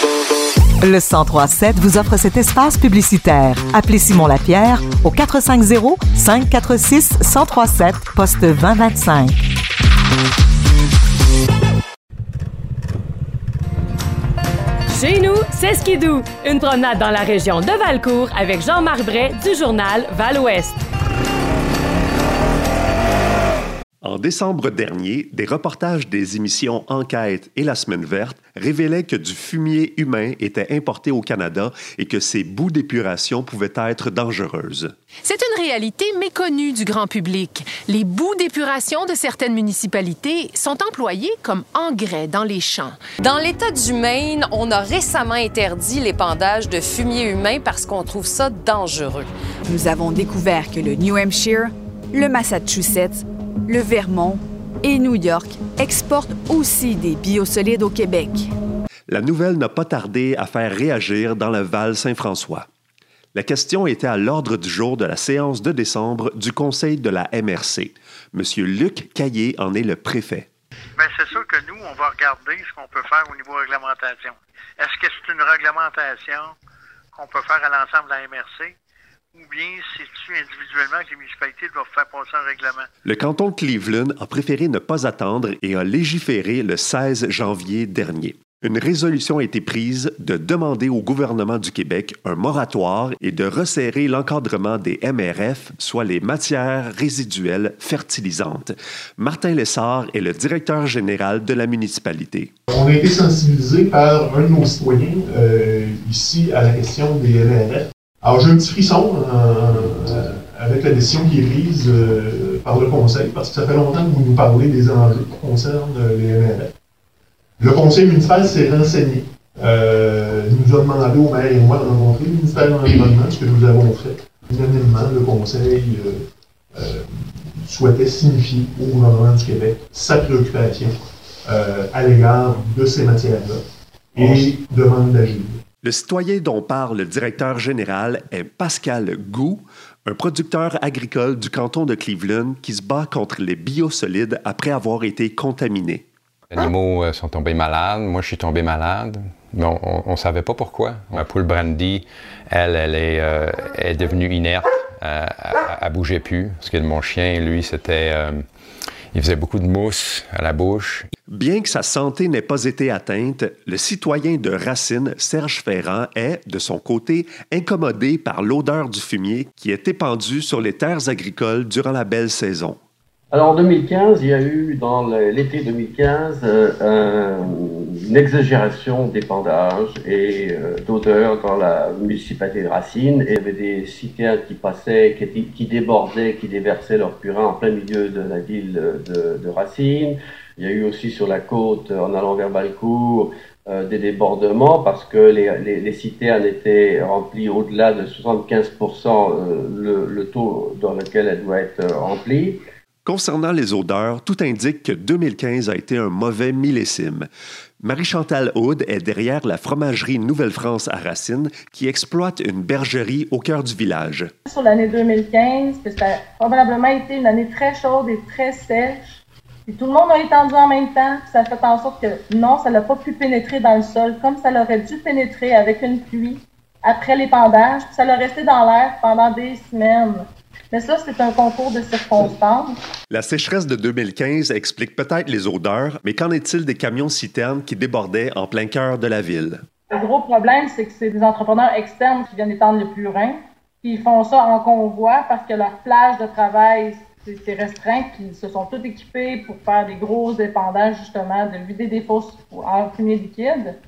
Le 1037 vous offre cet espace publicitaire. Appelez Simon Lapierre au 450-546-1037, poste 2025. Chez nous, c'est Skidoo, une promenade dans la région de Valcourt avec Jean-Marc Bray du journal Val-Ouest. En décembre dernier, des reportages des émissions Enquête et La Semaine verte révélaient que du fumier humain était importé au Canada et que ces boues d'épuration pouvaient être dangereuses. C'est une réalité méconnue du grand public. Les boues d'épuration de certaines municipalités sont employées comme engrais dans les champs. Dans l'État du Maine, on a récemment interdit l'épandage de fumier humain parce qu'on trouve ça dangereux. Nous avons découvert que le New Hampshire, le Massachusetts, le Vermont et New York exportent aussi des biosolides au Québec. La nouvelle n'a pas tardé à faire réagir dans le Val-Saint-François. La question était à l'ordre du jour de la séance de décembre du Conseil de la MRC. M. Luc Caillé en est le préfet. Bien, c'est sûr que nous, on va regarder ce qu'on peut faire au niveau réglementation. Est-ce que c'est une réglementation qu'on peut faire à l'ensemble de la MRC? Ou bien c'est-tu individuellement que les municipalités doivent faire passer un règlement? Le canton de Cleveland a préféré ne pas attendre et a légiféré le 16 janvier dernier. Une résolution a été prise de demander au gouvernement du Québec un moratoire et de resserrer l'encadrement des MRF, soit les matières résiduelles fertilisantes. Martin Lessard est le directeur général de la municipalité. On a été sensibilisé par un de nos citoyens ici à la question des MRF. Alors, j'ai un petit frisson avec la décision qui est prise par le Conseil, parce que ça fait longtemps que vous nous parlez des enjeux qui concernent les MRF. Le Conseil municipal s'est renseigné. Il nous a demandé, au maire et moi, de rencontrer le ministère de l'Environnement, ce que nous avons fait. Unanimement, le Conseil souhaitait signifier au gouvernement du Québec sa préoccupation à l'égard de ces matières-là et demande d'agir. Le citoyen dont parle le directeur général est Pascal Gou, un producteur agricole du canton de Cleveland qui se bat contre les biosolides après avoir été contaminés. Les animaux sont tombés malades, moi je suis tombé malade, mais on ne savait pas pourquoi. Ma poule Brandy, elle est devenue inerte, elle ne bougeait plus, parce que mon chien, lui, il faisait beaucoup de mousse à la bouche. Bien que sa santé n'ait pas été atteinte, le citoyen de Racine, Serge Ferrand, est, de son côté, incommodé par l'odeur du fumier qui est épandu sur les terres agricoles durant la belle saison. Alors en 2015, il y a eu, dans l'été 2015, une exagération d'épandage et d'odeur dans la municipalité de Racine. Et il y avait des citernes qui passaient, qui débordaient, qui déversaient leur purin en plein milieu de la ville de Racine. Il y a eu aussi sur la côte, en allant vers Valcourt, des débordements parce que les citernes étaient remplies au-delà de 75% le taux dans lequel elles doivent être remplies. Concernant les odeurs, tout indique que 2015 a été un mauvais millésime. Marie-Chantal Aude est derrière la fromagerie Nouvelle-France à Racine qui exploite une bergerie au cœur du village. Sur l'année 2015, ça a probablement été une année très chaude et très sèche. Et tout le monde a étendu en même temps. Ça a fait en sorte que non, ça n'a pas pu pénétrer dans le sol comme ça l'aurait dû pénétrer avec une pluie après l'épandage. Ça l'a resté dans l'air pendant des semaines. Mais ça, c'est un concours de circonstances. La sécheresse de 2015 explique peut-être les odeurs, mais qu'en est-il des camions-citernes qui débordaient en plein cœur de la ville? Le gros problème, c'est que c'est des entrepreneurs externes qui viennent étendre le purin, puis ils font ça en convoi parce que leur plage de travail, c'est restreint, puis ils se sont tous équipés pour faire des gros épandages, justement, de vider des fosses en fumier liquide.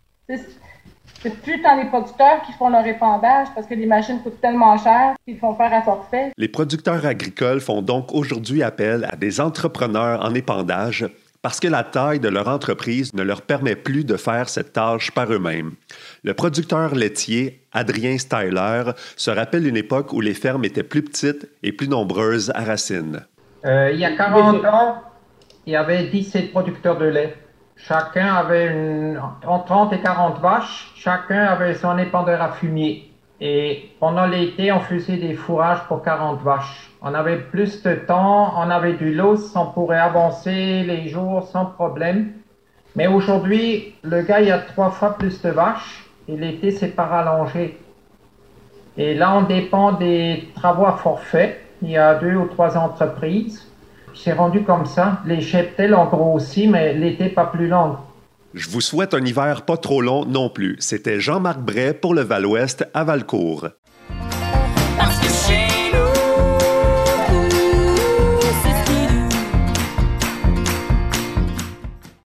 C'est plus tant les producteurs qui font leur épandage parce que les machines coûtent tellement cher qu'ils font faire à forfait. Les producteurs agricoles font donc aujourd'hui appel à des entrepreneurs en épandage parce que la taille de leur entreprise ne leur permet plus de faire cette tâche par eux-mêmes. Le producteur laitier, Adrien Styler, se rappelle une époque où les fermes étaient plus petites et plus nombreuses à Racine. Il y a 40 ans, il y avait 17 producteurs de lait. Chacun avait entre 30 et 40 vaches, chacun avait son épandeur à fumier. Et pendant l'été, on faisait des fourrages pour 40 vaches. On avait plus de temps, on avait du los, on pourrait avancer les jours sans problème. Mais aujourd'hui, le gars, il y a 3 fois plus de vaches et l'été, c'est pas rallongé. Et là, on dépend des travaux à forfait. Il y a 2 ou 3 entreprises. C'est rendu comme ça. Les cheptels ont grossi, mais l'été, pas plus long. Je vous souhaite un hiver pas trop long non plus. C'était Jean-Marc Bray pour le Val-Ouest à Valcourt.